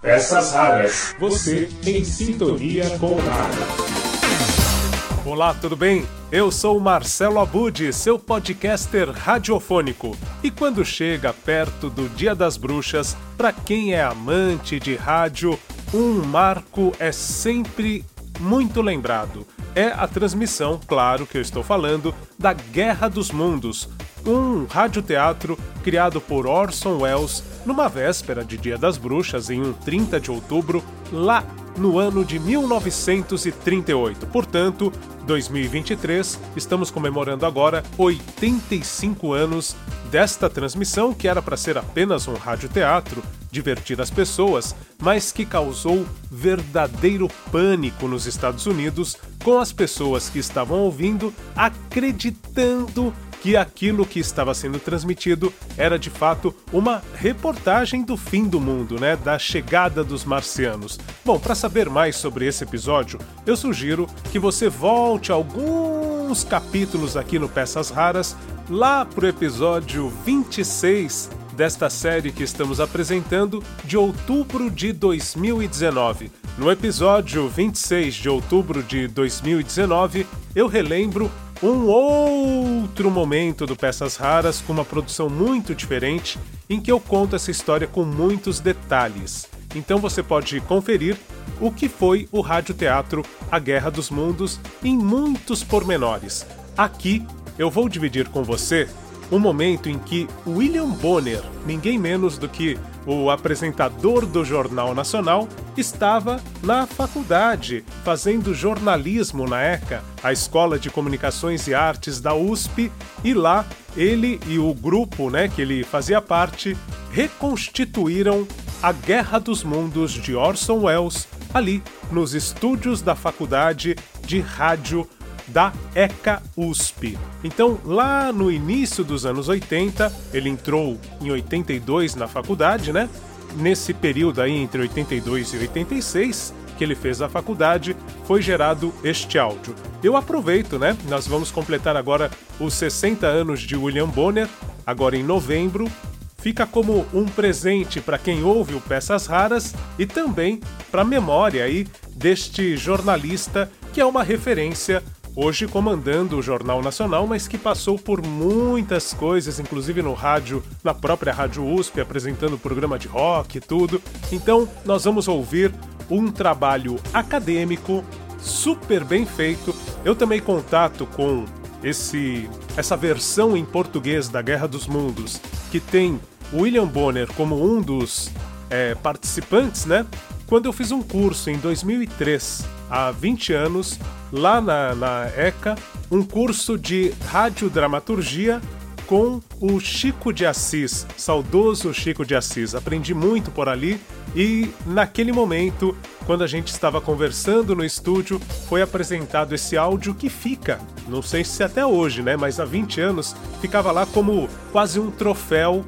Peças raras. Você em sintonia com o rádio. Olá, tudo bem? Eu sou o Marcelo Abud, seu podcaster radiofônico. E quando chega perto do Dia das Bruxas, para quem é amante de rádio, um marco é sempre muito lembrado. É a transmissão, claro que eu estou falando, da Guerra dos Mundos, um radioteatro criado por Orson Welles numa véspera de Dia das Bruxas, em um 30 de outubro, lá no ano de 1938. Portanto, 2023, estamos comemorando agora 85 anos desta transmissão, que era para ser apenas um radioteatro, divertir as pessoas, mas que causou verdadeiro pânico nos Estados Unidos, com as pessoas que estavam ouvindo acreditando que aquilo que estava sendo transmitido era de fato uma reportagem do fim do mundo, né? Da chegada dos marcianos. Bom, para saber mais sobre esse episódio, eu sugiro que você volte alguns capítulos aqui no Peças Raras, lá pro episódio 26 desta série que estamos apresentando de outubro de 2019. No episódio 26 de outubro de 2019, eu relembro um outro momento do Peças Raras com uma produção muito diferente, em que eu conto essa história com muitos detalhes. Então você pode conferir o que foi o radioteatro A Guerra dos Mundos em muitos pormenores. Aqui eu vou dividir com você um momento em que William Bonner, ninguém menos do que o apresentador do Jornal Nacional, estava na faculdade, fazendo jornalismo na ECA, a Escola de Comunicações e Artes da USP, e lá ele e o grupo, que ele fazia parte, reconstituíram a Guerra dos Mundos de Orson Welles, ali nos estúdios da Faculdade de Rádio da ECA USP. Então, lá no início dos anos 80, ele entrou em 82 na faculdade, Nesse período aí, entre 82 e 86, que ele fez a faculdade, foi gerado este áudio. Eu aproveito, Nós vamos completar agora os 60 anos de William Bonner, agora em novembro. Fica como um presente para quem ouve o Peças Raras e também para a memória aí deste jornalista que é uma referência hoje comandando o Jornal Nacional, mas que passou por muitas coisas, inclusive no rádio, na própria Rádio USP, apresentando programa de rock e tudo. Então, nós vamos ouvir um trabalho acadêmico super bem feito. Eu tomei contato com essa versão em português da Guerra dos Mundos, que tem William Bonner como um dos participantes, Quando eu fiz um curso em 2003, há 20 anos, lá na ECA, um curso de radiodramaturgia com o Chico de Assis, saudoso Chico de Assis. Aprendi muito por ali e naquele momento, quando a gente estava conversando no estúdio, foi apresentado esse áudio que fica, não sei se até hoje, mas há 20 anos, ficava lá como quase um troféu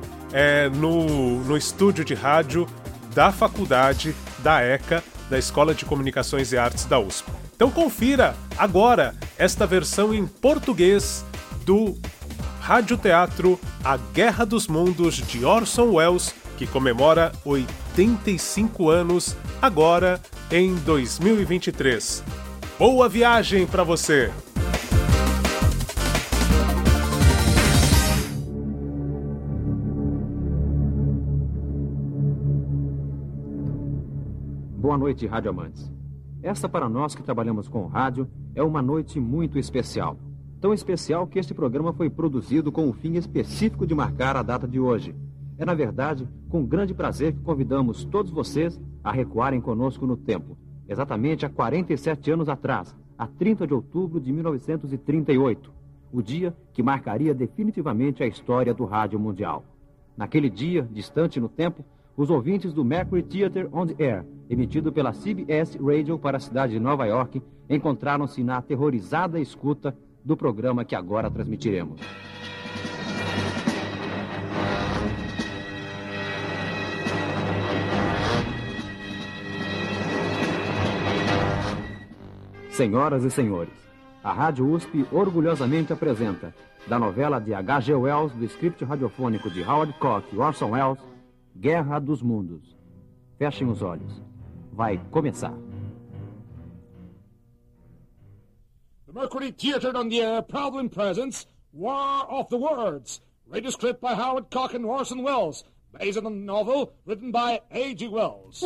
no estúdio de rádio da faculdade da ECA, da Escola de Comunicações e Artes da USP. Então confira agora esta versão em português do radioteatro A Guerra dos Mundos de Orson Welles, que comemora 85 anos agora em 2023. Boa viagem para você! Boa noite, radioamantes. Esta, para nós que trabalhamos com rádio, é uma noite muito especial. Tão especial que este programa foi produzido com o fim específico de marcar a data de hoje. É, na verdade, com grande prazer que convidamos todos vocês a recuarem conosco no tempo. Exatamente há 47 anos atrás, a 30 de outubro de 1938. O dia que marcaria definitivamente a história do rádio mundial. Naquele dia, distante no tempo, os ouvintes do Mercury Theatre on the Air, emitido pela CBS Radio para a cidade de Nova York, encontraram-se na aterrorizada escuta do programa que agora transmitiremos. Senhoras e senhores, a Rádio USP orgulhosamente apresenta, da novela de H.G. Wells, do script radiofônico de Howard Koch e Orson Welles, Guerra dos Mundos. Fechem os olhos. Vai começar. The Mercury Theatre on the Air proudly presents War of the Words, radio script by Howard Koch and Orson Welles, based on a novel written by A.G. Wells.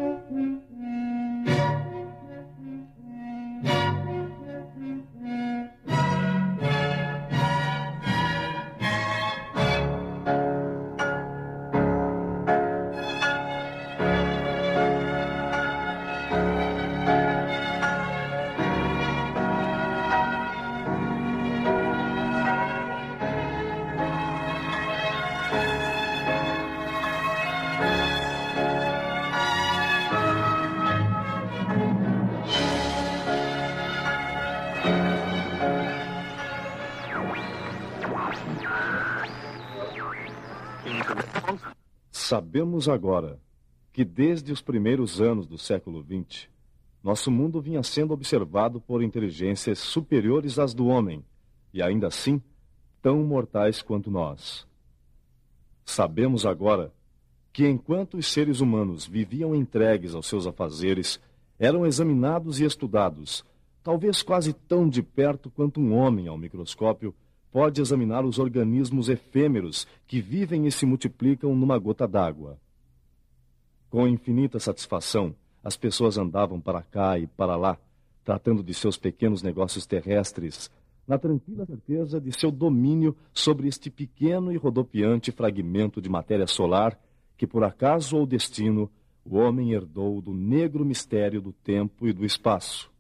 Sabemos agora que desde os primeiros anos do século XX, nosso mundo vinha sendo observado por inteligências superiores às do homem, e ainda assim, tão mortais quanto nós. Sabemos agora que enquanto os seres humanos viviam entregues aos seus afazeres, eram examinados e estudados, talvez quase tão de perto quanto um homem ao microscópio pode examinar os organismos efêmeros que vivem e se multiplicam numa gota d'água. Com infinita satisfação, as pessoas andavam para cá e para lá, tratando de seus pequenos negócios terrestres, na tranquila certeza de seu domínio sobre este pequeno e rodopiante fragmento de matéria solar que, por acaso ou destino, o homem herdou do negro mistério do tempo e do espaço.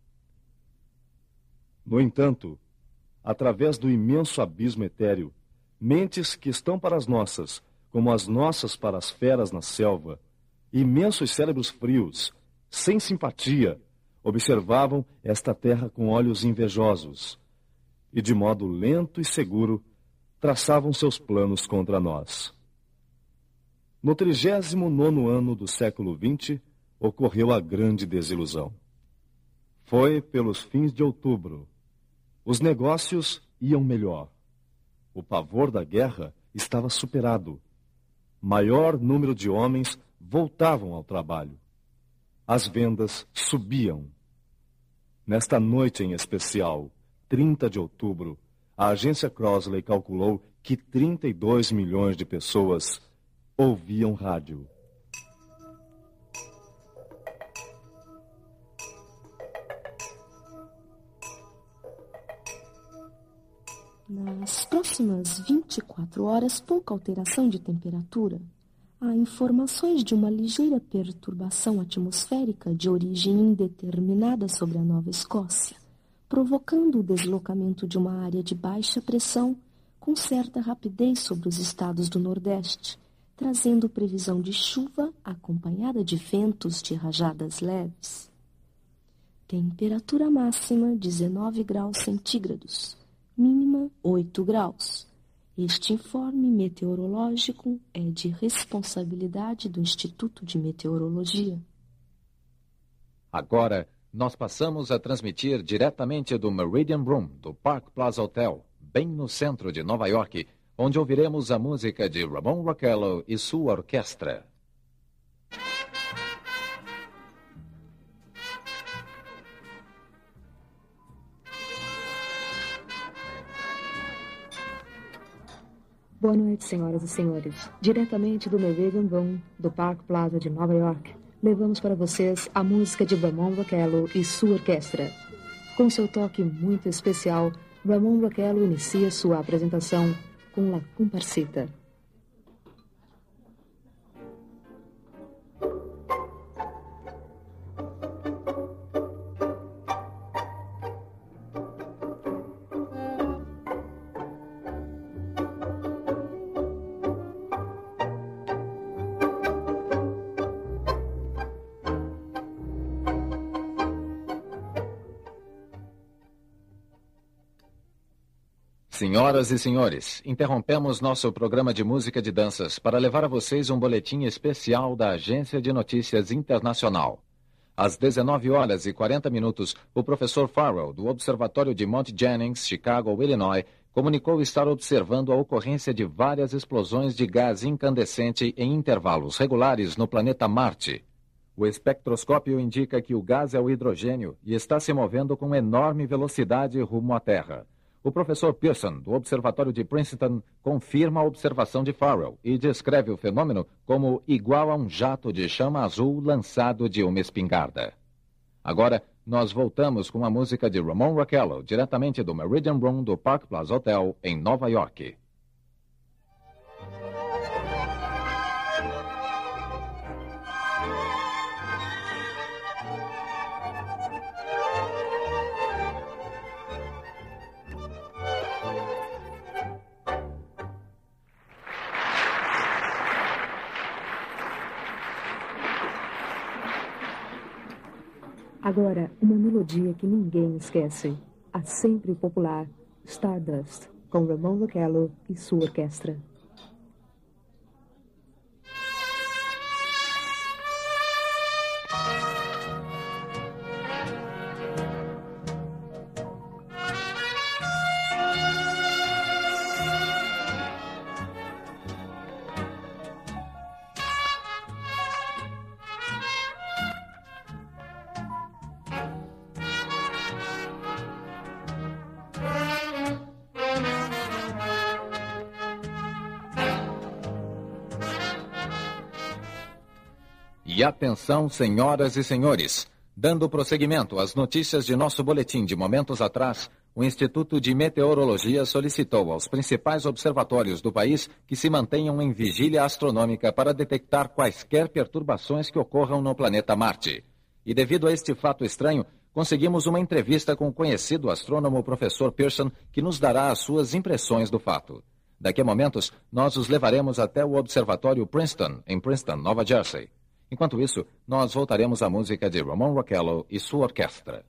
No entanto, através do imenso abismo etéreo, mentes que estão para as nossas, como as nossas para as feras na selva, imensos cérebros frios, sem simpatia, observavam esta terra com olhos invejosos e, de modo lento e seguro, traçavam seus planos contra nós. No 39º ano do século XX, ocorreu a grande desilusão. Foi pelos fins de outubro. Os negócios iam melhor. O pavor da guerra estava superado. Maior número de homens voltavam ao trabalho. As vendas subiam. Nesta noite em especial, 30 de outubro, a agência Crosley calculou que 32 milhões de pessoas ouviam rádio. Nas próximas 24 horas, pouca alteração de temperatura. Há informações de uma ligeira perturbação atmosférica de origem indeterminada sobre a Nova Escócia, provocando o deslocamento de uma área de baixa pressão com certa rapidez sobre os estados do Nordeste, trazendo previsão de chuva acompanhada de ventos de rajadas leves. Temperatura máxima 19 graus centígrados. Mínima 8 graus. Este informe meteorológico é de responsabilidade do Instituto de Meteorologia. Agora, nós passamos a transmitir diretamente do Meridian Room, do Park Plaza Hotel, bem no centro de Nova York, onde ouviremos a música de Ramon Raquello e sua orquestra. Boa noite, senhoras e senhores. Diretamente do Meridian Room, do Park Plaza de Nova York, levamos para vocês a música de Ramon Raquello e sua orquestra. Com seu toque muito especial, Ramon Raquello inicia sua apresentação com La Comparsita. Senhoras e senhores, interrompemos nosso programa de música de danças para levar a vocês um boletim especial da Agência de Notícias Internacional. Às 19h40, o professor Farrell, do Observatório de Mount Jennings, Chicago, Illinois, comunicou estar observando a ocorrência de várias explosões de gás incandescente em intervalos regulares no planeta Marte. O espectroscópio indica que o gás é o hidrogênio e está se movendo com enorme velocidade rumo à Terra. O professor Pearson, do Observatório de Princeton, confirma a observação de Farrell e descreve o fenômeno como igual a um jato de chama azul lançado de uma espingarda. Agora, nós voltamos com a música de Ramon Raquello, diretamente do Meridian Room do Park Plaza Hotel, em Nova York. Agora, uma melodia que ninguém esquece. A sempre popular Stardust, com Ramon Raquello e sua orquestra. E atenção, senhoras e senhores. Dando prosseguimento às notícias de nosso boletim de momentos atrás, o Instituto de Meteorologia solicitou aos principais observatórios do país que se mantenham em vigília astronômica para detectar quaisquer perturbações que ocorram no planeta Marte. E devido a este fato estranho, conseguimos uma entrevista com o conhecido astrônomo professor Pearson, que nos dará as suas impressões do fato. Daqui a momentos, nós os levaremos até o Observatório Princeton, em Princeton, Nova Jersey. Enquanto isso, nós voltaremos à música de Ramon Raquello e sua orquestra.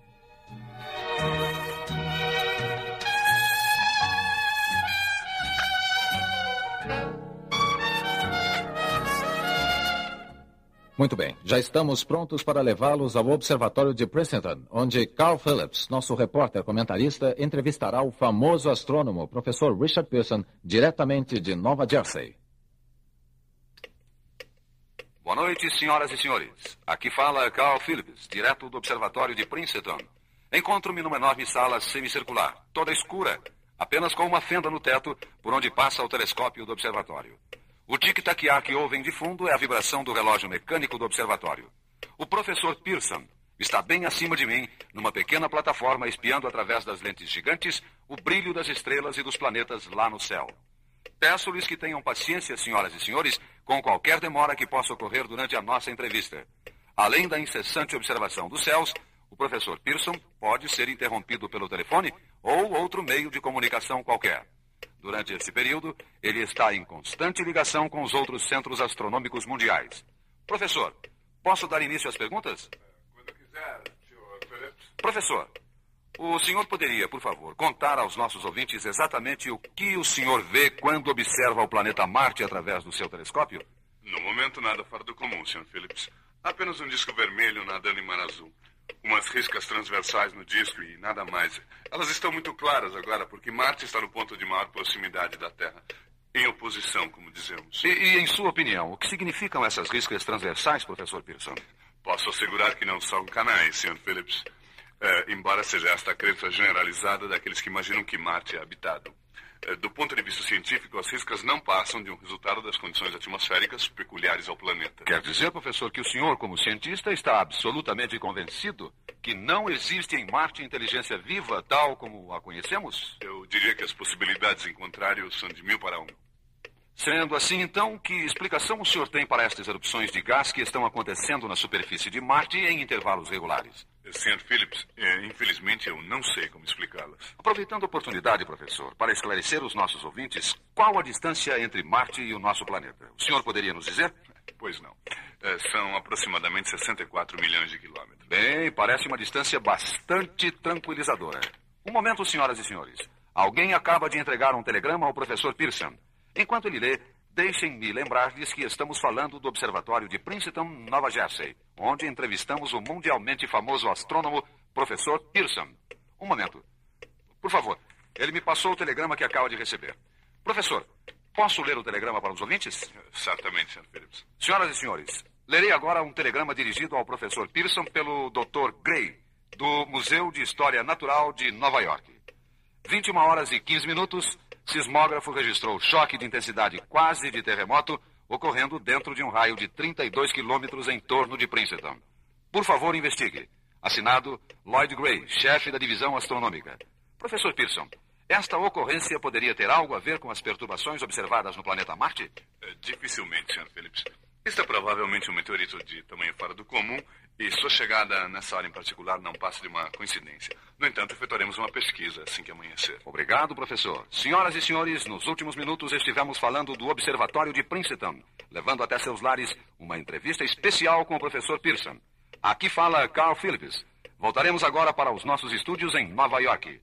Muito bem, já estamos prontos para levá-los ao Observatório de Princeton, onde Carl Phillips, nosso repórter comentarista, entrevistará o famoso astrônomo, professor Richard Pearson, diretamente de Nova Jersey. Boa noite, senhoras e senhores. Aqui fala Carl Phillips, direto do Observatório de Princeton. Encontro-me numa enorme sala semicircular, toda escura, apenas com uma fenda no teto por onde passa o telescópio do observatório. O tic-tac-á que ouvem de fundo é a vibração do relógio mecânico do observatório. O professor Pearson está bem acima de mim, numa pequena plataforma espiando através das lentes gigantes o brilho das estrelas e dos planetas lá no céu. Peço-lhes que tenham paciência, senhoras e senhores, com qualquer demora que possa ocorrer durante a nossa entrevista. Além da incessante observação dos céus, o professor Pearson pode ser interrompido pelo telefone ou outro meio de comunicação qualquer. Durante esse período, ele está em constante ligação com os outros centros astronômicos mundiais. Professor, posso dar início às perguntas? Quando quiser, senhor Phillips. Professor, o senhor poderia, por favor, contar aos nossos ouvintes exatamente o que o senhor vê quando observa o planeta Marte através do seu telescópio? No momento, nada fora do comum, senhor Phillips. Apenas um disco vermelho nadando em mar azul. Umas riscas transversais no disco e nada mais. Elas estão muito claras agora, porque Marte está no ponto de maior proximidade da Terra. Em oposição, como dizemos. E em sua opinião, o que significam essas riscas transversais, professor Pearson? Posso assegurar que não são canais, senhor Phillips. Embora seja esta a crença generalizada daqueles que imaginam que Marte é habitado. Do ponto de vista científico, as riscas não passam de um resultado das condições atmosféricas peculiares ao planeta. Quer dizer, professor, que o senhor, como cientista, está absolutamente convencido que não existe em Marte inteligência viva tal como a conhecemos? Eu diria que as possibilidades em contrário são de 1000 para 1. Sendo assim, então, que explicação o senhor tem para estas erupções de gás que estão acontecendo na superfície de Marte em intervalos regulares? Sr. Phillips, infelizmente eu não sei como explicá-las. Aproveitando a oportunidade, professor, para esclarecer os nossos ouvintes, qual a distância entre Marte e o nosso planeta? O senhor poderia nos dizer? Pois não. São aproximadamente 64 milhões de quilômetros. Bem, parece uma distância bastante tranquilizadora. Um momento, senhoras e senhores. Alguém acaba de entregar um telegrama ao professor Pearson. Enquanto ele lê, deixem-me lembrar-lhes que estamos falando do Observatório de Princeton, Nova Jersey, onde entrevistamos o mundialmente famoso astrônomo, professor Pearson. Um momento. Por favor, ele me passou o telegrama que acaba de receber. Professor, posso ler o telegrama para os ouvintes? Certamente, Sr. Phillips. Senhoras e senhores, Lerei agora um telegrama dirigido ao professor Pearson pelo Dr. Gray, do Museu de História Natural de Nova York. 21 horas e 15 minutos, sismógrafo registrou choque de intensidade quase de terremoto ocorrendo dentro de um raio de 32 quilômetros em torno de Princeton. Por favor, investigue. Assinado Lloyd Gray, chefe da divisão astronômica. Professor Pearson, esta ocorrência poderia ter algo a ver com as perturbações observadas no planeta Marte? Dificilmente, Sr. Phillips. Este é provavelmente um meteorito de tamanho fora do comum e sua chegada nessa hora em particular não passa de uma coincidência. No entanto, efetuaremos uma pesquisa assim que amanhecer. Obrigado, professor. Senhoras e senhores, nos últimos minutos estivemos falando do Observatório de Princeton, levando até seus lares uma entrevista especial com o professor Pearson. Aqui fala Carl Phillips. Voltaremos agora para os nossos estúdios em Nova York.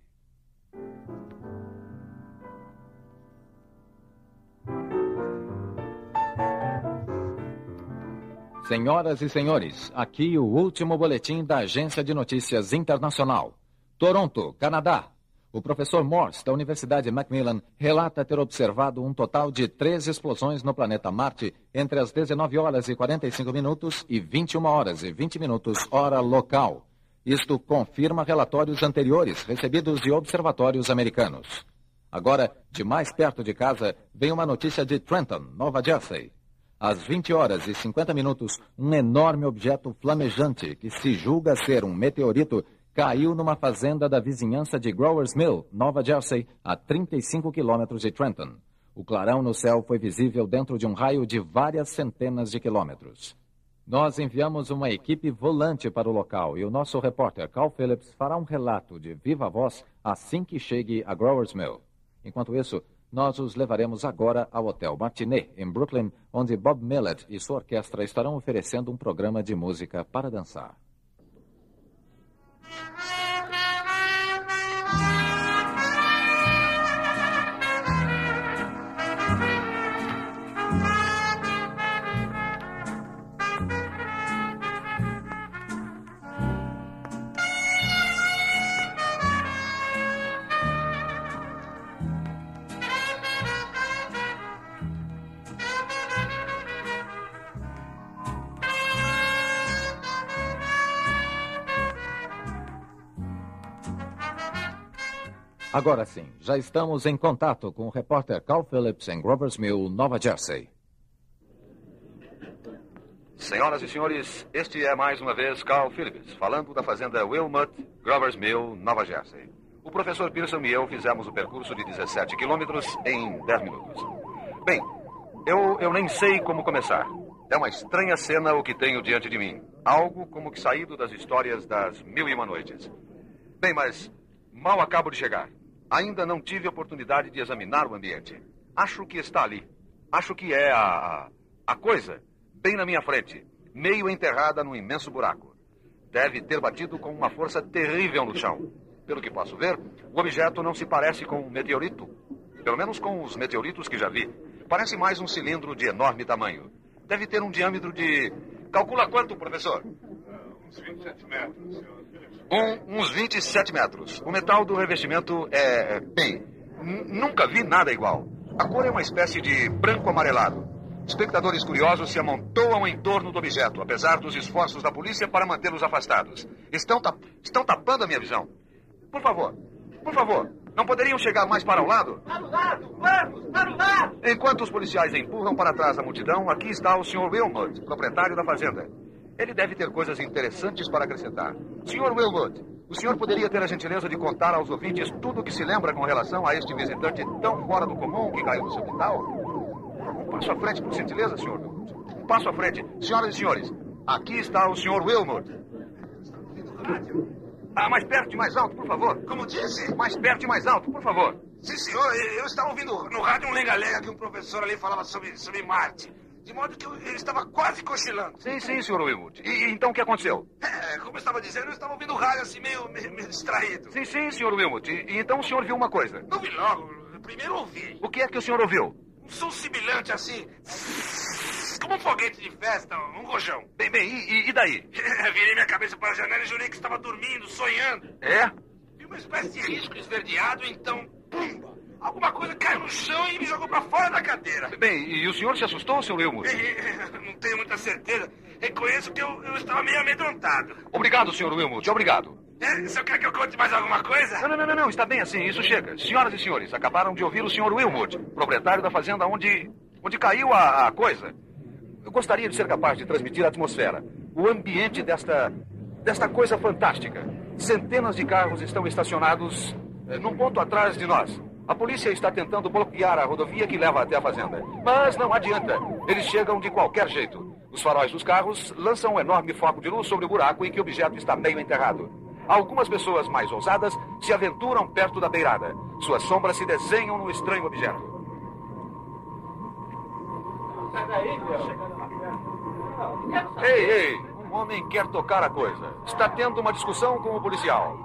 Senhoras e senhores, aqui o último boletim da Agência de Notícias Internacional. Toronto, Canadá. O professor Morse, da Universidade Macmillan, relata ter observado um total de 3 explosões no planeta Marte entre as 19 horas e 45 minutos e 21 horas e 20 minutos, hora local. Isto confirma relatórios anteriores recebidos de observatórios americanos. Agora, de mais perto de casa, vem uma notícia de Trenton, Nova Jersey. Às 20 horas e 50 minutos, um enorme objeto flamejante, que se julga ser um meteorito, caiu numa fazenda da vizinhança de Growers Mill, Nova Jersey, a 35 quilômetros de Trenton. O clarão no céu foi visível dentro de um raio de várias centenas de quilômetros. Nós enviamos uma equipe volante para o local e o nosso repórter Carl Phillips fará um relato de viva voz assim que chegue a Growers Mill. Enquanto isso, nós os levaremos agora ao Hotel Martinet, em Brooklyn, onde Bob Millett e sua orquestra estarão oferecendo um programa de música para dançar. Agora sim, já estamos em contato com o repórter Carl Phillips em Growers Mill, Nova Jersey. Senhoras e senhores, este é mais uma vez Carl Phillips, falando da fazenda Wilmot, Growers Mill, Nova Jersey. O professor Pearson e eu fizemos o percurso de 17 quilômetros em 10 minutos. Bem, eu nem sei como começar. É uma estranha cena o que tenho diante de mim. Algo como que saído das histórias das Mil e Uma Noites. Bem, mas mal acabo de chegar. Ainda não tive oportunidade de examinar o ambiente. Acho que está ali. Acho que é a coisa, bem na minha frente, meio enterrada num imenso buraco. Deve ter batido com uma força terrível no chão. Pelo que posso ver, o objeto não se parece com um meteorito. Pelo menos com os meteoritos que já vi. Parece mais um cilindro de enorme tamanho. Deve ter um diâmetro de... Calcula quanto, professor? Uns 27 metros, senhor. Uns 27 metros. O metal do revestimento é... Bem, nunca vi nada igual. A cor é uma espécie de branco amarelado. Espectadores curiosos se amontoam em torno do objeto, apesar dos esforços da polícia para mantê-los afastados. Estão tapando a minha visão. Por favor, não poderiam chegar mais para o lado? Para o lado, vamos, para o lado! Enquanto os policiais empurram para trás a multidão, aqui está o Sr. Wilmot, proprietário da fazenda. Ele deve ter coisas interessantes para acrescentar. Sr. Wilmot, o senhor poderia ter a gentileza de contar aos ouvintes tudo o que se lembra com relação a este visitante tão fora do comum que caiu no seu quintal? Um passo à frente, por gentileza, Sr. Wilmot. Um passo à frente. Senhoras e senhores, aqui está o Sr. Wilmot. Mais perto e mais alto, por favor. Como disse? Mais perto e mais alto, por favor. Sim, senhor. Eu estava ouvindo no rádio um lenga-lenga que um professor ali falava sobre Marte. De modo que eu estava quase cochilando. Sim, Sr. Wilmot. E então o que aconteceu? Como eu estava dizendo, eu estava ouvindo o rádio assim, meio distraído. Sim, Sr. Wilmot. E então o senhor viu uma coisa? Não vi logo. Primeiro ouvi. O que é que o senhor ouviu? Um som sibilante assim, como um foguete de festa, um rojão. Bem, e daí? Virei minha cabeça para a janela e jurei que estava dormindo, sonhando. É? Vi uma espécie de risco esverdeado, então, pumba! Alguma coisa caiu no chão e me jogou para fora da cadeira. Bem, e o senhor se assustou, Sr. Wilmot? Não tenho muita certeza. reconheço que eu estava meio amedrontado. Obrigado, Sr. Wilmot, obrigado. O senhor quer que eu conte mais alguma coisa? Não, está bem assim, isso chega. Senhoras e senhores, acabaram de ouvir o Sr. Wilmot, proprietário da fazenda onde caiu a coisa. Eu gostaria de ser capaz de transmitir a atmosfera, o ambiente desta coisa fantástica. Centenas de carros estão estacionados num ponto atrás de nós. A polícia está tentando bloquear a rodovia que leva até a fazenda. Mas não adianta. Eles chegam de qualquer jeito. Os faróis dos carros lançam um enorme foco de luz sobre o buraco em que o objeto está meio enterrado. Algumas pessoas mais ousadas se aventuram perto da beirada. Suas sombras se desenham no estranho objeto. Ei, um homem quer tocar a coisa. Está tendo uma discussão com o policial.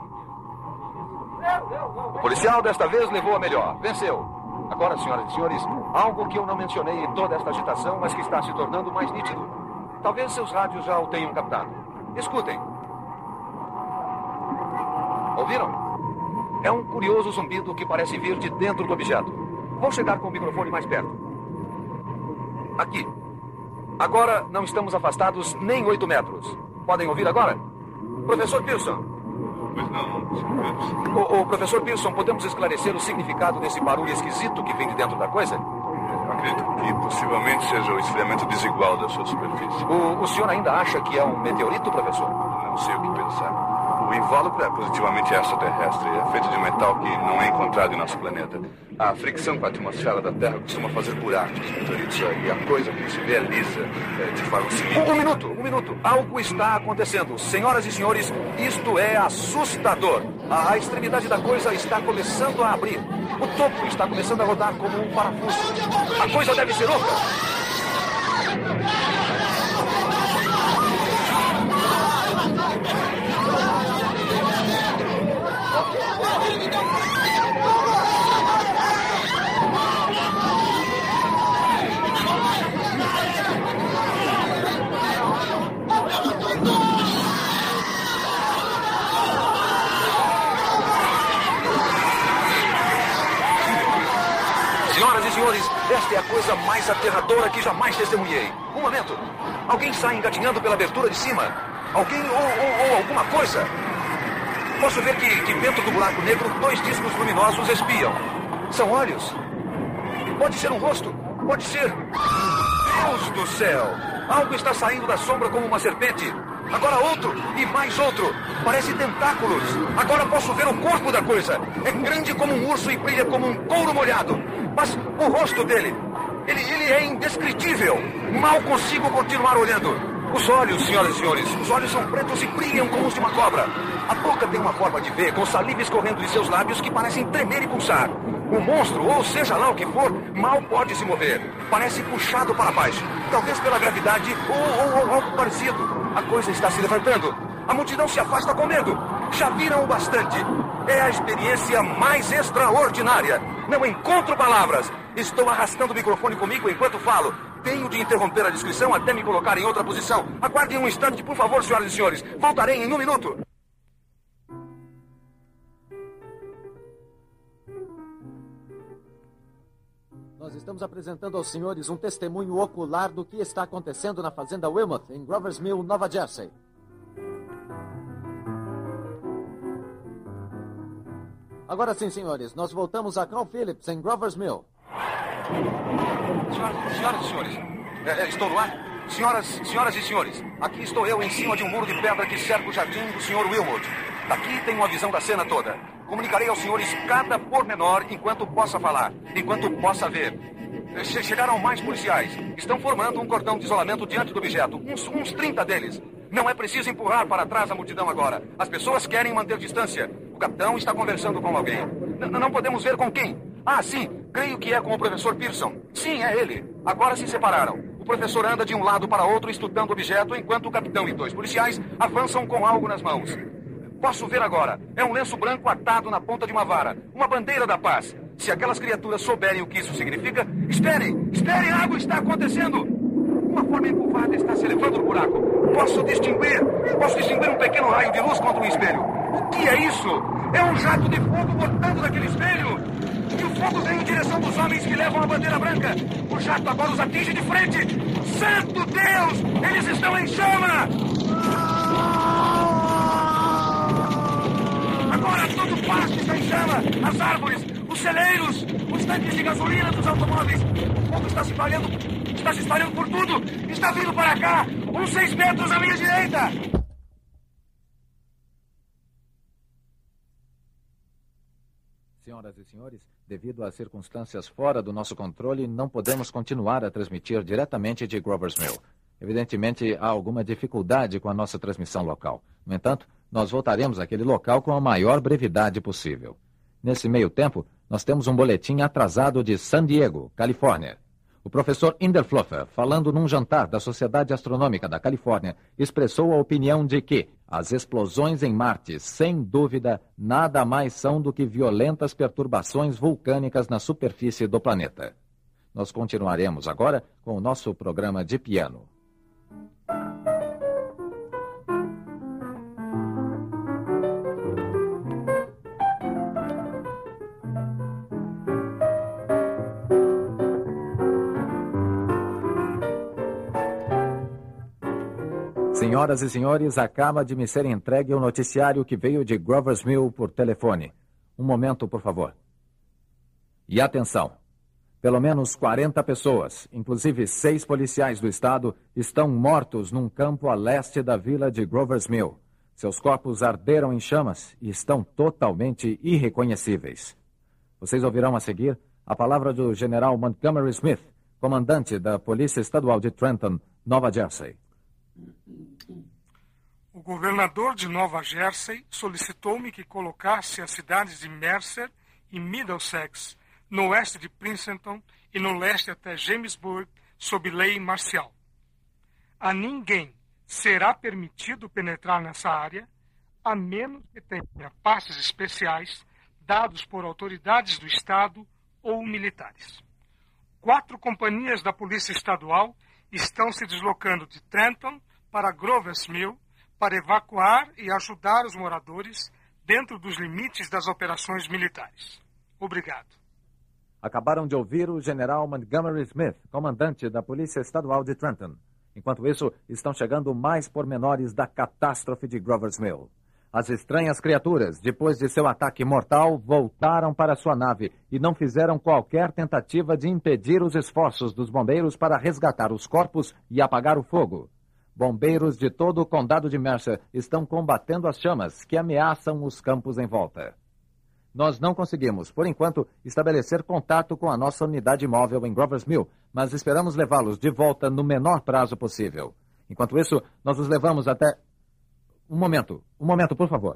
O policial desta vez levou a melhor. Venceu. Agora, senhoras e senhores, algo que eu não mencionei em toda esta agitação, mas que está se tornando mais nítido. Talvez seus rádios já o tenham captado. Escutem. Ouviram? É um curioso zumbido que parece vir de dentro do objeto. Vou chegar com o microfone mais perto. Aqui. Agora não estamos afastados nem 8 metros. Podem ouvir agora? Professor Pearson. Pois não, Sr. Phillips. O professor Pearson, podemos esclarecer o significado desse barulho esquisito que vem de dentro da coisa? Acredito que possivelmente seja o esfriamento desigual da sua superfície. O senhor ainda acha que é um meteorito, professor? Não sei o que pensar. O invólucro é positivamente extraterrestre. É feito de metal que não é encontrado em nosso planeta. A fricção com a atmosfera da Terra costuma fazer buracos nos meteoritos. E a coisa, como se vê, é lisa, de forma seguinte. Um minuto. Algo está acontecendo. Senhoras e senhores, isto é assustador. A extremidade da coisa está começando a abrir. O topo está começando a rodar como um parafuso. A coisa deve ser oca. Senhoras e senhores, esta é a coisa mais aterradora que jamais testemunhei. Um momento. Alguém sai engatinhando pela abertura de cima. Alguém ou alguma coisa. Posso ver que dentro do buraco negro 2 discos luminosos espiam. São olhos. Pode ser um rosto. Pode ser. Deus do céu! Algo está saindo da sombra como uma serpente. Agora outro e mais outro. Parece tentáculos. Agora posso ver o corpo da coisa. É grande como um urso e brilha como um couro molhado. Mas o rosto dele, ele é indescritível. Mal consigo continuar olhando. Os olhos, senhoras e senhores, os olhos são pretos e brilham como os de uma cobra. A boca tem uma forma de ver, com saliva escorrendo de seus lábios que parecem tremer e pulsar. O monstro, ou seja lá o que for, mal pode se mover. Parece puxado para baixo. Talvez pela gravidade ou algo parecido. A coisa está se levantando. A multidão se afasta com medo. Já viram o bastante. É a experiência mais extraordinária. Não encontro palavras. Estou arrastando o microfone comigo enquanto falo. Tenho de interromper a descrição até me colocar em outra posição. Aguardem um instante, por favor, senhoras e senhores. Voltarei em 1 minuto. Nós estamos apresentando aos senhores um testemunho ocular do que está acontecendo na fazenda Wilmot, em Grover's Mill, Nova Jersey. Agora sim, senhores, nós voltamos a Carl Phillips, em Grover's Mill. Senhoras e senhores, estou no ar? Senhoras e senhores, aqui estou eu em cima de um muro de pedra que cerca o jardim do Sr. Wilmot. Daqui tenho uma visão da cena toda. Comunicarei aos senhores cada pormenor enquanto possa falar, enquanto possa ver. Chegaram mais policiais. Estão formando um cordão de isolamento diante do objeto. Uns 30 deles. Não é preciso empurrar para trás a multidão agora. As pessoas querem manter distância. O capitão está conversando com alguém. Não podemos ver com quem. Ah, sim. Creio que é com o professor Pearson. Sim, é ele. Agora se separaram. O professor anda de um lado para outro estudando o objeto, enquanto o capitão e 2 policiais avançam com algo nas mãos. Posso ver agora. É um lenço branco atado na ponta de uma vara. Uma bandeira da paz. Se aquelas criaturas souberem o que isso significa... Esperem! Algo está acontecendo! Uma forma encurvada está se elevando no buraco. Posso distinguir um pequeno raio de luz contra um espelho. O que é isso? É um jato de fogo botando naquele espelho. E o fogo vem em direção dos homens que levam a bandeira branca. O jato agora os atinge de frente. Santo Deus! Eles estão em chama! Agora todo o pasto está em chama! As árvores, os celeiros, os tanques de gasolina dos automóveis. O fogo está se espalhando por tudo! Está vindo para cá! Uns 6 metros à minha direita! Senhoras e senhores, devido às circunstâncias fora do nosso controle, não podemos continuar a transmitir diretamente de Grover's Mill. Evidentemente, há alguma dificuldade com a nossa transmissão local. No entanto, nós voltaremos àquele local com a maior brevidade possível. Nesse meio tempo, nós temos um boletim atrasado de San Diego, Califórnia. O professor Inderfluffer, falando num jantar da Sociedade Astronômica da Califórnia, expressou a opinião de que as explosões em Marte, sem dúvida, nada mais são do que violentas perturbações vulcânicas na superfície do planeta. Nós continuaremos agora com o nosso programa de piano. Senhoras e senhores, acaba de me ser entregue o noticiário que veio de Grover's Mill por telefone. Um momento, por favor. E atenção. Pelo menos 40 pessoas, inclusive 6 policiais do estado, estão mortos num campo a leste da vila de Grover's Mill. Seus corpos arderam em chamas e estão totalmente irreconhecíveis. Vocês ouvirão a seguir a palavra do general Montgomery Smith, comandante da Polícia Estadual de Trenton, Nova Jersey. O governador de Nova Jersey solicitou-me que colocasse as cidades de Mercer e Middlesex, no oeste de Princeton e no leste até Jamesburg, sob lei marcial. A ninguém será permitido penetrar nessa área, a menos que tenha passes especiais dados por autoridades do Estado ou militares. 4 companhias da Polícia Estadual estão se deslocando de Trenton para Grover's Mill para evacuar e ajudar os moradores dentro dos limites das operações militares. Obrigado. Acabaram de ouvir o general Montgomery Smith, comandante da Polícia Estadual de Trenton. Enquanto isso, estão chegando mais pormenores da catástrofe de Grover's Mill. As estranhas criaturas, depois de seu ataque mortal, voltaram para sua nave e não fizeram qualquer tentativa de impedir os esforços dos bombeiros para resgatar os corpos e apagar o fogo. Bombeiros de todo o condado de Mercer estão combatendo as chamas que ameaçam os campos em volta. Nós não conseguimos, por enquanto, estabelecer contato com a nossa unidade móvel em Grover's Mill, mas esperamos levá-los de volta no menor prazo possível. Enquanto isso, nós os levamos até... Um momento, por favor.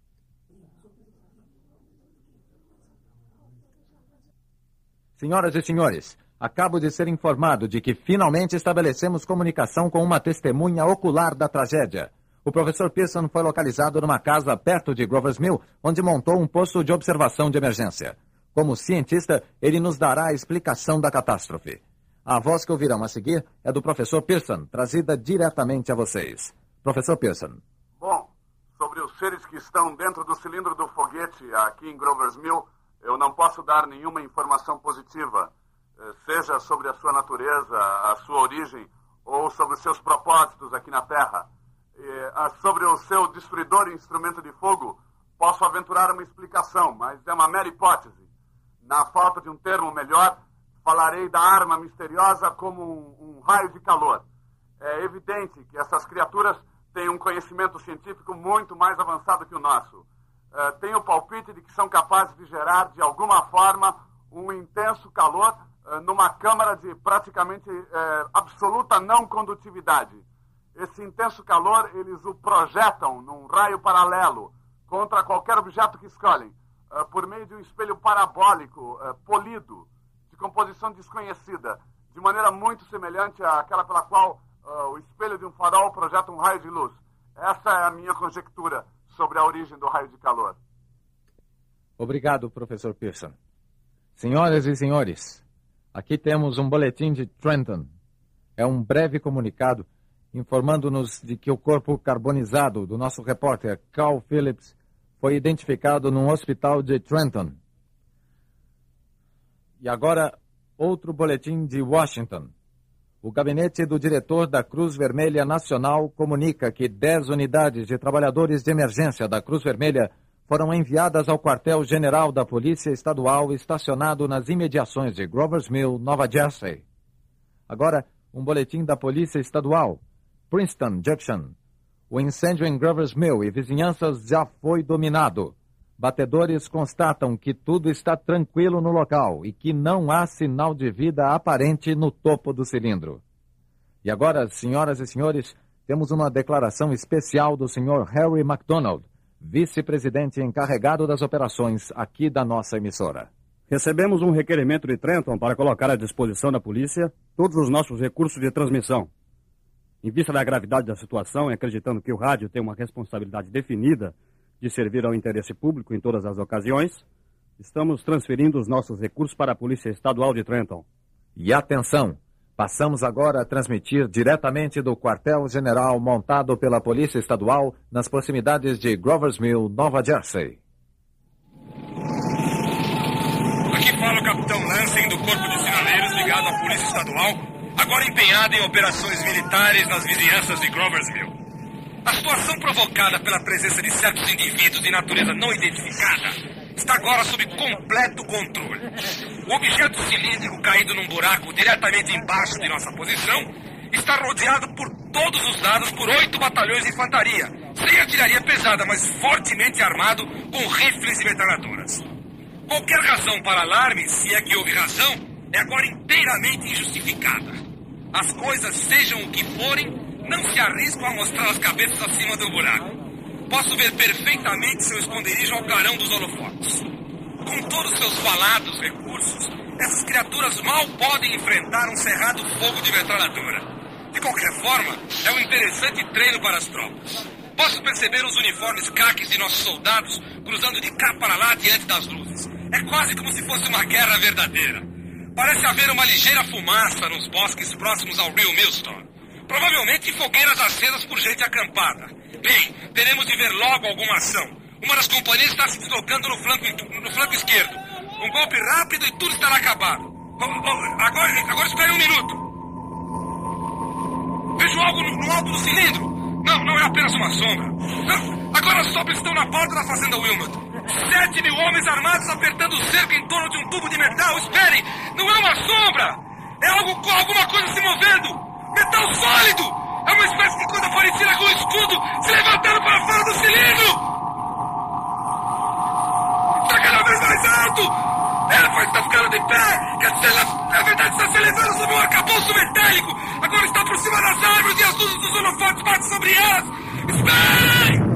Senhoras e senhores, acabo de ser informado de que finalmente estabelecemos comunicação com uma testemunha ocular da tragédia. O professor Pearson foi localizado numa casa perto de Grover's Mill, onde montou um posto de observação de emergência. Como cientista, ele nos dará a explicação da catástrofe. A voz que ouvirão a seguir é do professor Pearson, trazida diretamente a vocês. Professor Pearson. Bom, sobre os seres que estão dentro do cilindro do foguete aqui em Grover's Mill, eu não posso dar nenhuma informação positiva, seja sobre a sua natureza, a sua origem, ou sobre os seus propósitos aqui na Terra. Sobre o seu destruidor e instrumento de fogo, posso aventurar uma explicação, mas é uma mera hipótese. Na falta de um termo melhor, falarei da arma misteriosa como um raio de calor. É evidente que essas criaturas têm um conhecimento científico muito mais avançado que o nosso. Tenho o palpite de que são capazes de gerar, de alguma forma, um intenso calor numa câmara de praticamente absoluta não condutividade. Esse intenso calor, eles o projetam num raio paralelo contra qualquer objeto que escolhem, por meio de um espelho parabólico, polido, de composição desconhecida, de maneira muito semelhante àquela pela qual o espelho de um farol projeta um raio de luz. Essa é a minha conjectura sobre a origem do raio de calor. Obrigado, professor Pearson. Senhoras e senhores, aqui temos um boletim de Trenton. É um breve comunicado informando-nos de que o corpo carbonizado do nosso repórter Carl Phillips foi identificado num hospital de Trenton. E agora, outro boletim de Washington. o gabinete do diretor da Cruz Vermelha Nacional comunica que 10 unidades de trabalhadores de emergência da Cruz Vermelha foram enviadas ao quartel-general da Polícia Estadual estacionado nas imediações de Grover's Mill, Nova Jersey. Agora, um boletim da Polícia Estadual. Princeton Junction. O incêndio em Grover's Mill e vizinhanças já foi dominado. Batedores constatam que tudo está tranquilo no local e que não há sinal de vida aparente no topo do cilindro. E agora, senhoras e senhores, temos uma declaração especial do Sr. Harry MacDonald, vice-presidente encarregado das operações aqui da nossa emissora. Recebemos um requerimento de Trenton para colocar à disposição da polícia todos os nossos recursos de transmissão. Em vista da gravidade da situação e acreditando que o rádio tem uma responsabilidade definida de servir ao interesse público em todas as ocasiões, estamos transferindo os nossos recursos para a Polícia Estadual de Trenton. E atenção, passamos agora a transmitir diretamente do quartel-general montado pela Polícia Estadual nas proximidades de Grover's Mill, Nova Jersey. Aqui fala o Capitão Lansing do Corpo de Sinaleiros ligado à Polícia Estadual, agora empenhado em operações militares nas vizinhanças de Grover's Mill. A situação provocada pela presença de certos indivíduos de natureza não identificada está agora sob completo controle. O objeto cilíndrico caído num buraco diretamente embaixo de nossa posição está rodeado por todos os lados por 8 batalhões de infantaria, sem artilharia pesada, mas fortemente armado com rifles e metralhadoras. Qualquer razão para alarme, se é que houve razão, é agora inteiramente injustificada. As coisas, sejam o que forem, não se arriscam a mostrar as cabeças acima do buraco. Posso ver perfeitamente seu esconderijo ao clarão dos holofotes. Com todos seus falados recursos, essas criaturas mal podem enfrentar um cerrado fogo de metralhadora. De qualquer forma, é um interessante treino para as tropas. Posso perceber os uniformes caques de nossos soldados cruzando de cá para lá diante das luzes. É quase como se fosse uma guerra verdadeira. Parece haver uma ligeira fumaça nos bosques próximos ao rio Millstone. Provavelmente fogueiras acesas por gente acampada. Bem, teremos de ver logo alguma ação. Uma das companhias está se deslocando no flanco esquerdo. Um golpe rápido e tudo estará acabado. Agora espere um minuto. Vejo algo no alto do cilindro. Não é apenas uma sombra. Não, agora os sopros estão na porta da fazenda Wilmot. 7.000 homens armados apertando o cerco em torno de um tubo de metal. Esperem, não é uma sombra. É alguma coisa se movendo. Metal sólido! É uma espécie de coisa parecida com um escudo se levantando para fora do cilindro! Está cada vez mais alto! Ela está ficando de pé! Quer dizer, ela, na verdade, está se elevando sobre um arcabouço metálico! Agora está por cima das árvores e as luzes dos holofotes batem sobre elas! Esperem!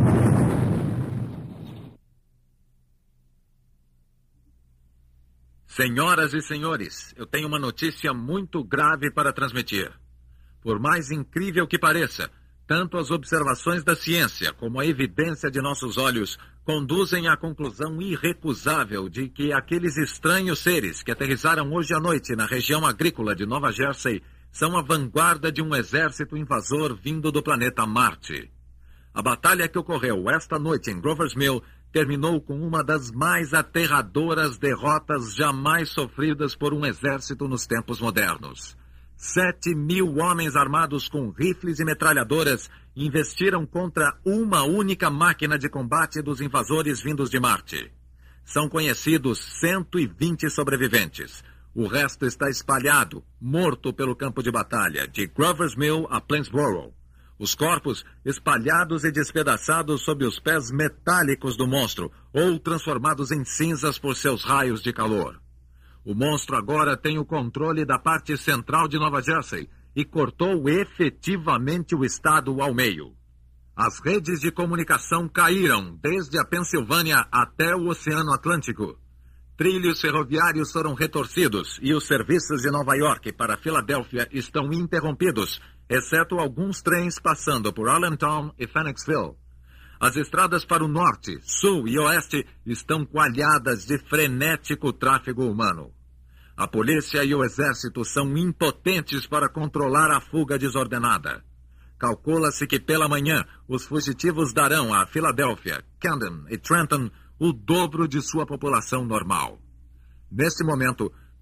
Senhoras e senhores, eu tenho uma notícia muito grave para transmitir. Por mais incrível que pareça, tanto as observações da ciência como a evidência de nossos olhos conduzem à conclusão irrecusável de que aqueles estranhos seres que aterrissaram hoje à noite na região agrícola de Nova Jersey são a vanguarda de um exército invasor vindo do planeta Marte. A batalha que ocorreu esta noite em Grover's Mill terminou com uma das mais aterradoras derrotas jamais sofridas por um exército nos tempos modernos. 7.000 homens armados com rifles e metralhadoras investiram contra uma única máquina de combate dos invasores vindos de Marte. São conhecidos 120 sobreviventes. O resto está espalhado, morto pelo campo de batalha, de Grover's Mill a Plainsboro. Os corpos espalhados e despedaçados sob os pés metálicos do monstro, ou transformados em cinzas por seus raios de calor. O monstro agora tem o controle da parte central de Nova Jersey e cortou efetivamente o estado ao meio. As redes de comunicação caíram desde a Pensilvânia até o Oceano Atlântico. Trilhos ferroviários foram retorcidos e os serviços de Nova York para Filadélfia estão interrompidos, exceto alguns trens passando por Allentown e Phoenixville. As estradas para o norte, sul e oeste estão coalhadas de frenético tráfego humano. A polícia e o exército são impotentes para controlar a fuga desordenada. Calcula-se que pela manhã os fugitivos darão a Filadélfia, Camden e Trenton o dobro de sua população normal. Neste momento,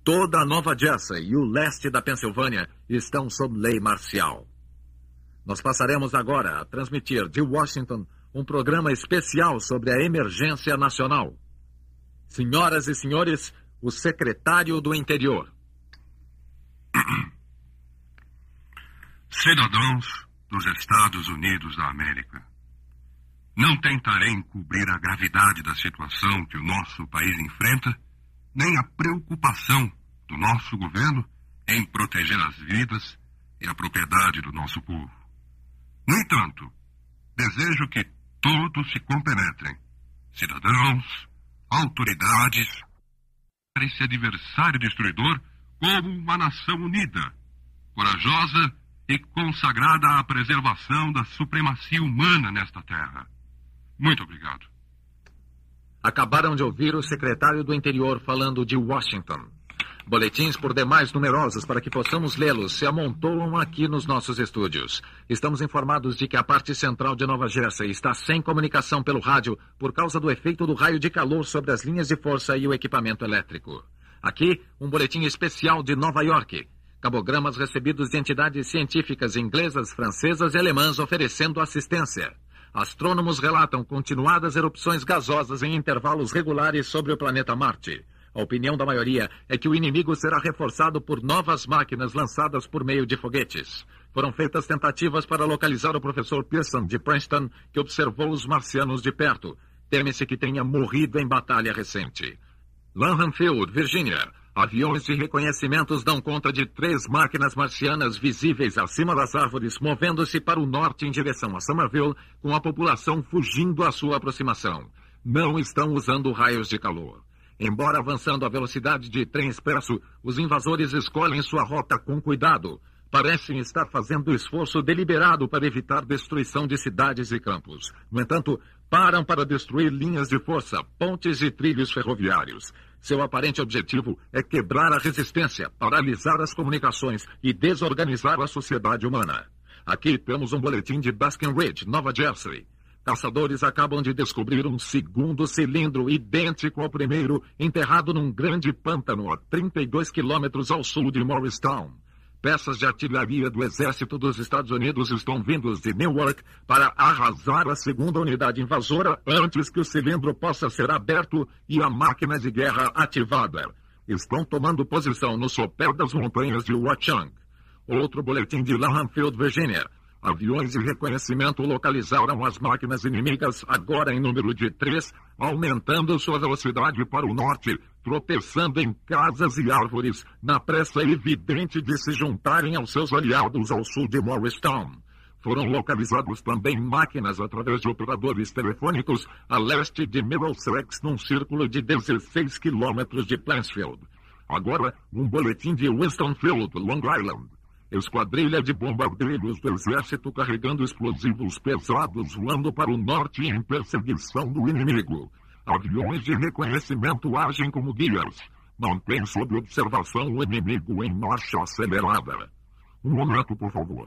Toda a Nova Jersey e o leste da Pensilvânia estão sob lei marcial. Nós passaremos agora a transmitir de Washington um programa especial sobre a emergência nacional. Senhoras e senhores, o secretário do Interior. Cidadãos dos Estados Unidos da América, não tentarei encobrir a gravidade da situação que o nosso país enfrenta, nem a preocupação do nosso governo em proteger as vidas e a propriedade do nosso povo. No entanto, desejo que todos se compenetrem, cidadãos, autoridades, esse adversário destruidor como uma nação unida, corajosa e consagrada à preservação da supremacia humana nesta terra. Muito obrigado. Acabaram de ouvir o secretário do Interior falando de Washington. Boletins por demais numerosos para que possamos lê-los se amontoam aqui nos nossos estúdios. Estamos informados de que a parte central de Nova Jersey está sem comunicação pelo rádio por causa do efeito do raio de calor sobre as linhas de força e o equipamento elétrico. Aqui, um boletim especial de Nova York. Cabogramas recebidos de entidades científicas inglesas, francesas e alemãs oferecendo assistência. Astrônomos relatam continuadas erupções gasosas em intervalos regulares sobre o planeta Marte. A opinião da maioria é que o inimigo será reforçado por novas máquinas lançadas por meio de foguetes. Foram feitas tentativas para localizar o professor Pearson de Princeton, que observou os marcianos de perto. Teme-se que tenha morrido em batalha recente. Lanham Field, Virgínia. Aviões de reconhecimentos dão conta de 3 máquinas marcianas visíveis acima das árvores, movendo-se para o norte em direção a Somerville, com a população fugindo à sua aproximação. Não estão usando raios de calor. Embora avançando à velocidade de trem expresso, os invasores escolhem sua rota com cuidado. Parecem estar fazendo esforço deliberado para evitar destruição de cidades e campos. No entanto, param para destruir linhas de força, pontes e trilhos ferroviários. Seu aparente objetivo é quebrar a resistência, paralisar as comunicações e desorganizar a sociedade humana. Aqui temos um boletim de Baskin Ridge, Nova Jersey. Caçadores acabam de descobrir um segundo cilindro idêntico ao primeiro, enterrado num grande pântano a 32 quilômetros ao sul de Morristown. Peças de artilharia do Exército dos Estados Unidos estão vindos de Newark para arrasar a segunda unidade invasora antes que o cilindro possa ser aberto e a máquina de guerra ativada. Estão tomando posição no sopé das montanhas de Watchung. Outro boletim de Lanham Field, Virgínia. Aviões de reconhecimento localizaram as máquinas inimigas, agora em número de 3, aumentando sua velocidade para o norte, tropeçando em casas e árvores, na pressa evidente de se juntarem aos seus aliados ao sul de Morristown. Foram localizados também máquinas através de operadores telefônicos a leste de Middlesex, num círculo de 16 quilômetros de Plansfield. Agora, um boletim de Winston Field, Long Island. Esquadrilha de bombardeiros do exército carregando explosivos pesados voando para o norte em perseguição do inimigo. Aviões de reconhecimento agem como guias. Mantém sob observação o inimigo em marcha acelerada. Um momento, por favor.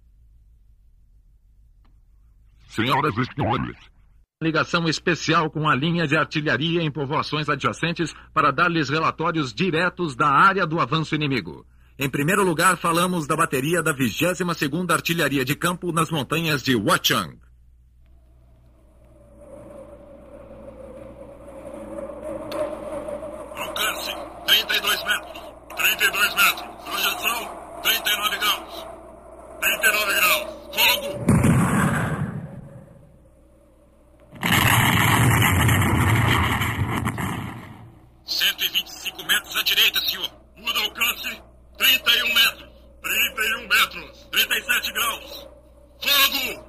Senhoras e senhores. Ligação especial com a linha de artilharia em povoações adjacentes para dar-lhes relatórios diretos da área do avanço inimigo. Em primeiro lugar, falamos da bateria da 22ª Artilharia de Campo nas montanhas de Watchung. Alcance, 32 metros. 32 metros. Projeção, 39 graus. 39 graus. Fogo! 125 metros à direita, senhor. Muda o alcance. 31 metros. 31 metros. 37 graus. Fogo!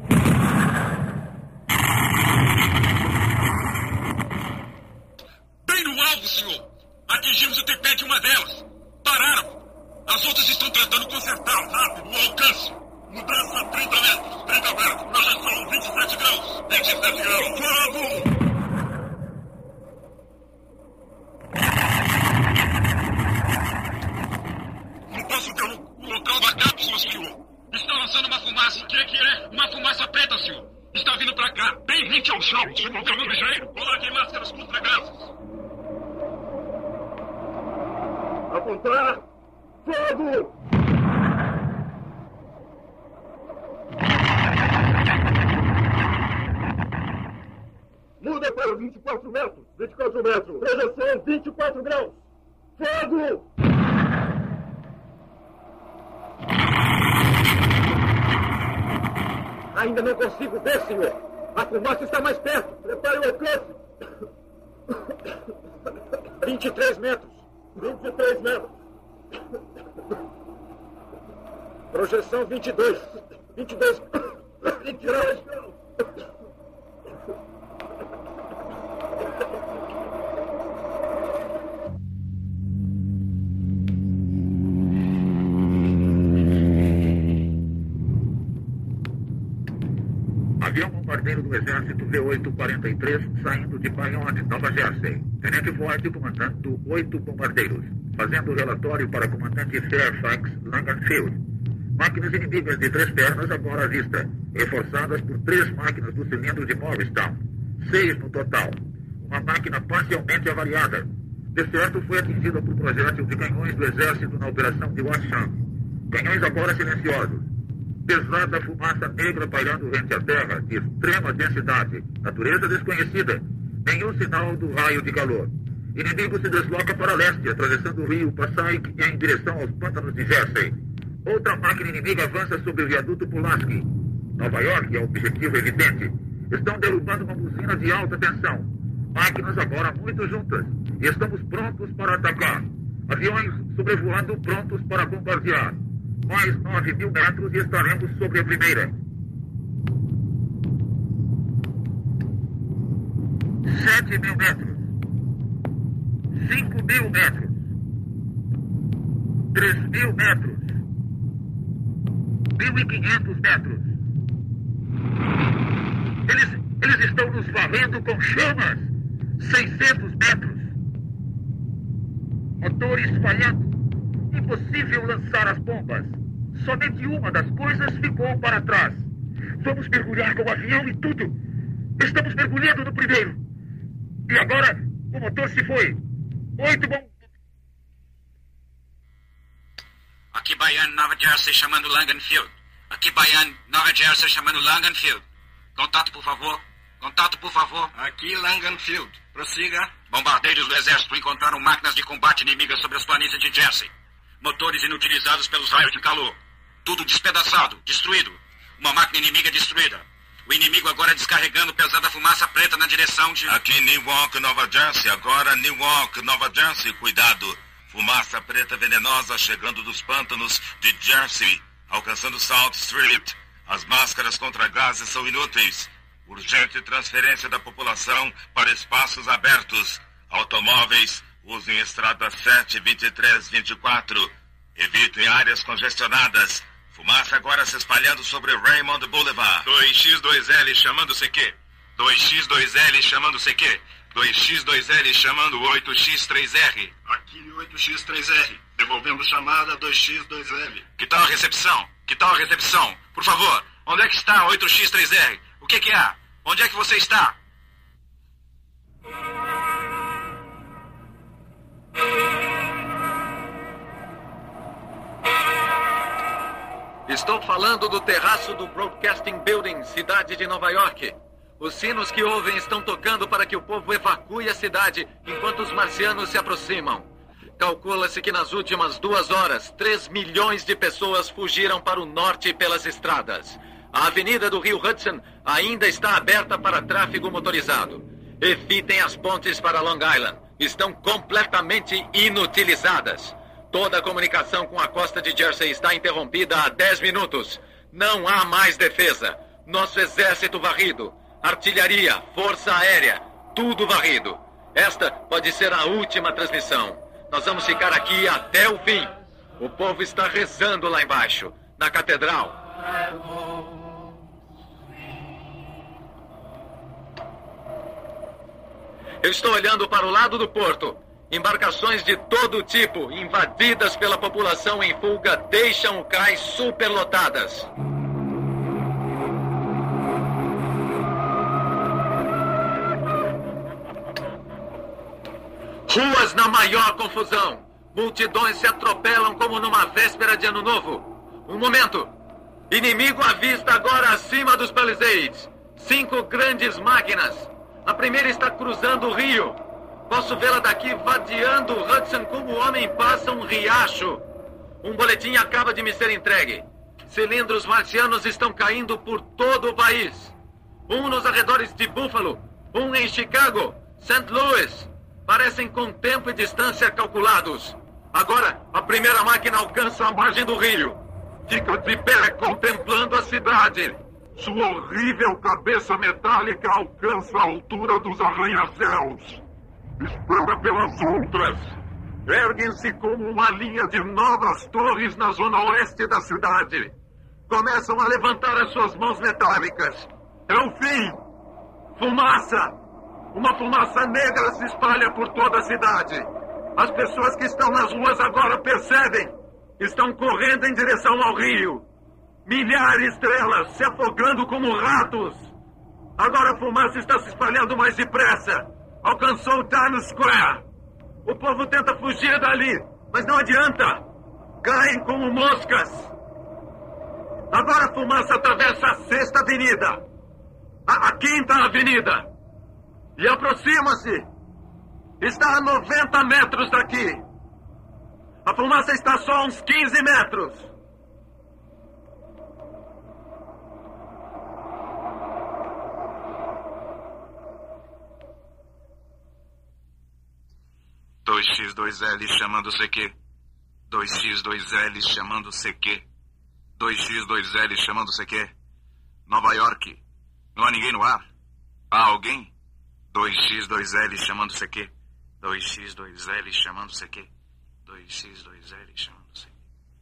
Bem no alvo, senhor. Atingimos o tripé de uma delas. Pararam. As outras estão tentando consertar. Rápido, o alcance. Mudança 30 metros. 30 metros. Projeção 27 graus. 27 graus. Fogo! Posso ter o local da cápsula, senhor. Está lançando uma fumaça. O que é? Uma fumaça preta, senhor. Está vindo pra cá, bem rente ao chão. Senhor, caminho ligeiro. Coloquem máscaras contra gases. Apontar! Fogo! Muda para 24 metros. 24 metros. Projeção 24 graus. Fogo! Ainda não consigo ver, senhor. A fumaça está mais perto. Prepare o alcance. 23 metros. 23 metros. Projeção 22. 22. 22. Avião bombardeiro do Exército V-843 saindo de Bayonne, Nova Jersey. Tenente Ford comandando 8 bombardeiros. Fazendo relatório para comandante Fairfax Langenfield. Máquinas inimigas de 3 pernas agora à vista, reforçadas por 3 máquinas do cilindro de Morristown. 6 no total. Uma máquina parcialmente avariada. De certo, foi atingida por projétil de canhões do Exército na operação de Watchung. Canhões agora silenciosos. Pesada fumaça negra pairando rente à terra, de extrema densidade, natureza desconhecida, nenhum sinal do raio de calor. Inimigo se desloca para leste, atravessando o rio Passaic em direção aos pântanos de Jersey. Outra máquina inimiga avança sobre o viaduto Pulaski. Nova York é um objetivo evidente. Estão derrubando uma buzina de alta tensão. Máquinas agora muito juntas. E estamos prontos para atacar. Aviões sobrevoando prontos para bombardear. Mais 9.000 metros e estaremos sobre a primeira. 7.000 metros. 5.000 metros. 3.000 metros. 1.500 metros. Eles estão nos varrendo com chamas. 600 metros. Motores falhando. Impossível lançar as bombas. Somente uma das coisas ficou para trás. Vamos mergulhar com o avião e tudo. Estamos mergulhando no primeiro. E agora o motor se foi. 8 bombas. Aqui Bayonne, Nova Jersey, chamando Langenfield. Aqui Bayonne, Nova Jersey, chamando Langenfield. Contato, por favor. Contato, por favor. Aqui Langenfield. Prossiga. Bombardeiros do Exército encontraram máquinas de combate inimigas sobre as planícies de Jersey. Motores inutilizados pelos raios de calor. Tudo despedaçado, destruído. Uma máquina inimiga destruída. O inimigo agora descarregando pesada fumaça preta na direção de... Aqui Newark, Nova Jersey. Agora Newark, Nova Jersey. Cuidado. Fumaça preta venenosa chegando dos pântanos de Jersey, alcançando South Street. As máscaras contra gases são inúteis. Urgente transferência da população para espaços abertos. Automóveis, usem estrada 7, 23, 24. Evitem áreas congestionadas. Fumaça agora se espalhando sobre Raymond Boulevard. 2X2L chamando CQ. 2X2L chamando CQ. 2X2L chamando 8X3R. Aqui 8X3R. Devolvendo chamada 2X2L. Que tal a recepção? Que tal a recepção? Por favor, onde é que está 8X3R? O que há? Onde é que você está? Estou falando do terraço do Broadcasting Building, cidade de Nova York. Os sinos que ouvem estão tocando para que o povo evacue a cidade enquanto os marcianos se aproximam. Calcula-se que nas últimas 2 horas, 3 milhões de pessoas fugiram para o norte pelas estradas. A avenida do Rio Hudson ainda está aberta para tráfego motorizado. Evitem as pontes para Long Island. Estão completamente inutilizadas. Toda a comunicação com a costa de Jersey está interrompida há 10 minutos. Não há mais defesa. Nosso exército varrido. Artilharia, força aérea, tudo varrido. Esta pode ser a última transmissão. Nós vamos ficar aqui até o fim. O povo está rezando lá embaixo, na catedral. Eu estou olhando para o lado do porto. Embarcações de todo tipo, invadidas pela população em fuga, deixam o cais superlotadas. Ruas na maior confusão. Multidões se atropelam como numa véspera de Ano Novo. Um momento. Inimigo à vista agora acima dos Palisades. 5 grandes máquinas. A primeira está cruzando o rio. Posso vê-la daqui vadeando o Hudson como o homem passa um riacho. Um boletim acaba de me ser entregue. Cilindros marcianos estão caindo por todo o país. Um nos arredores de Buffalo, um em Chicago, St. Louis. Parecem com tempo e distância calculados. Agora, a primeira máquina alcança a margem do rio. Fica de pé contemplando a cidade. Sua horrível cabeça metálica alcança a altura dos arranha-céus. Espera pelas outras. Erguem-se como uma linha de novas torres na zona oeste da cidade. Começam a levantar as suas mãos metálicas. É o fim. Fumaça. Uma fumaça negra se espalha por toda a cidade. As pessoas que estão nas ruas agora percebem. Estão correndo em direção ao rio. Milhares delas se afogando como ratos. Agora a fumaça está se espalhando mais depressa. Alcançou Times Square. O povo tenta fugir dali, mas não adianta. Caem como moscas. Agora a fumaça atravessa a 6ª Avenida. A 5ª Avenida. E aproxima-se. Está a 90 metros daqui. A fumaça está só a uns 15 metros. Dois X2L chamando CQ. 2X2L chamando CQ. 2X2L chamando CQ. Nova York. Não há ninguém no ar? Há alguém? 2X2L chamando CQ. 2X2L chamando CQ. 2X2L chamando CQ.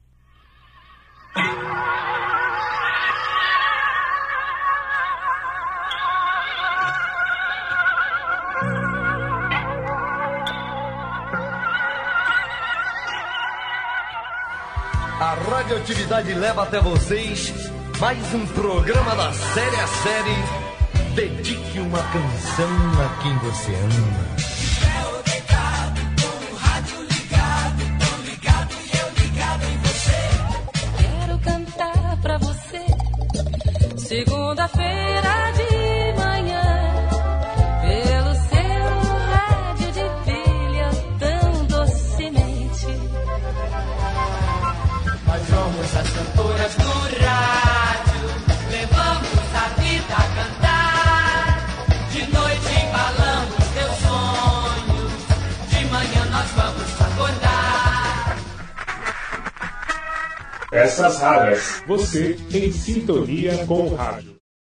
A radioatividade leva até vocês mais um programa da série a série. Dedique uma canção a quem você ama. Eu deitado, com o rádio ligado, tão ligado e eu ligado em você. Quero cantar pra você, segunda-feira de manhã, pelo seu rádio de pilha tão docemente. Nós somos as cantoras do rádio, levamos a vida a cantar. De noite embalamos teus sonhos, de manhã nós vamos acordar. Essas rádios, você em sintonia com o rádio.